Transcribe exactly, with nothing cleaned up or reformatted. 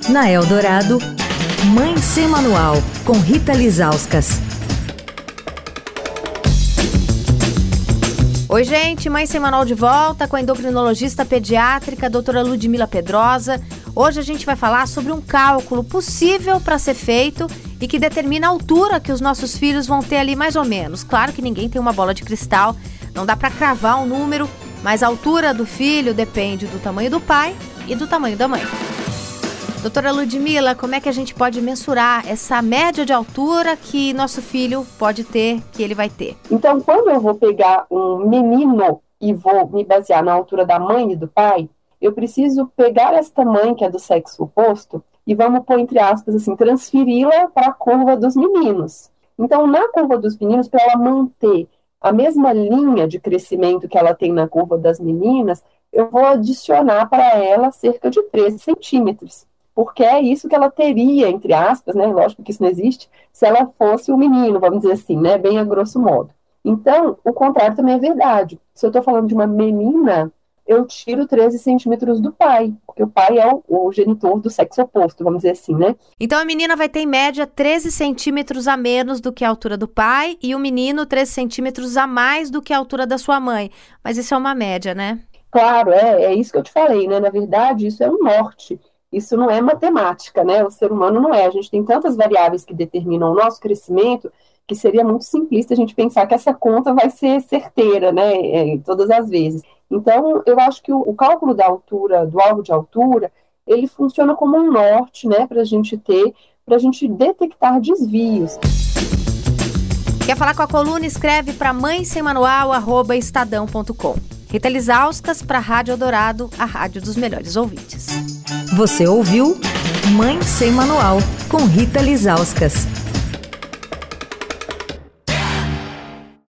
Na Eldorado, Mãe Sem Manual, com Rita Lizauskas. Oi, gente, Mãe Sem Manual de volta com a endocrinologista pediátrica, doutora Ludmila Pedrosa. Hoje a gente vai falar sobre um cálculo possível para ser feito e que determina a altura que os nossos filhos vão ter ali mais ou menos. Claro que ninguém tem uma bola de cristal, não dá para cravar um número, mas a altura do filho depende do tamanho do pai e do tamanho da mãe. Doutora Ludmila, como é que a gente pode mensurar essa média de altura que nosso filho pode ter, que ele vai ter? Então, quando eu vou pegar um menino e vou me basear na altura da mãe e do pai, eu preciso pegar esta mãe, que é do sexo oposto, e vamos pôr, entre aspas, assim, transferi-la para a curva dos meninos. Então, na curva dos meninos, para ela manter a mesma linha de crescimento que ela tem na curva das meninas, eu vou adicionar para ela cerca de treze centímetros. Porque é isso que ela teria, entre aspas, né? Lógico que isso não existe, se ela fosse um menino, vamos dizer assim, né? Bem a grosso modo. Então, o contrário também é verdade. Se eu estou falando de uma menina, eu tiro treze centímetros do pai, porque o pai é o, o genitor do sexo oposto, vamos dizer assim, né? Então, a menina vai ter, em média, treze centímetros a menos do que a altura do pai e o menino treze centímetros a mais do que a altura da sua mãe. Mas isso é uma média, né? Claro, é, é isso que eu te falei, né? Na verdade, isso é um norte. Isso não é matemática, né? O ser humano não é. A gente tem tantas variáveis que determinam o nosso crescimento que seria muito simplista a gente pensar que essa conta vai ser certeira, né? É, todas as vezes. Então, eu acho que o, o cálculo da altura, do alvo de altura, ele funciona como um norte, né? Para a gente ter, para a gente detectar desvios. Quer falar com a coluna? Escreve para mãe sem manual arroba estadão ponto com. Rita Lizauskas para a Rádio Eldorado, a rádio dos melhores ouvintes. Você ouviu Mãe Sem Manual, com Rita Lizauskas.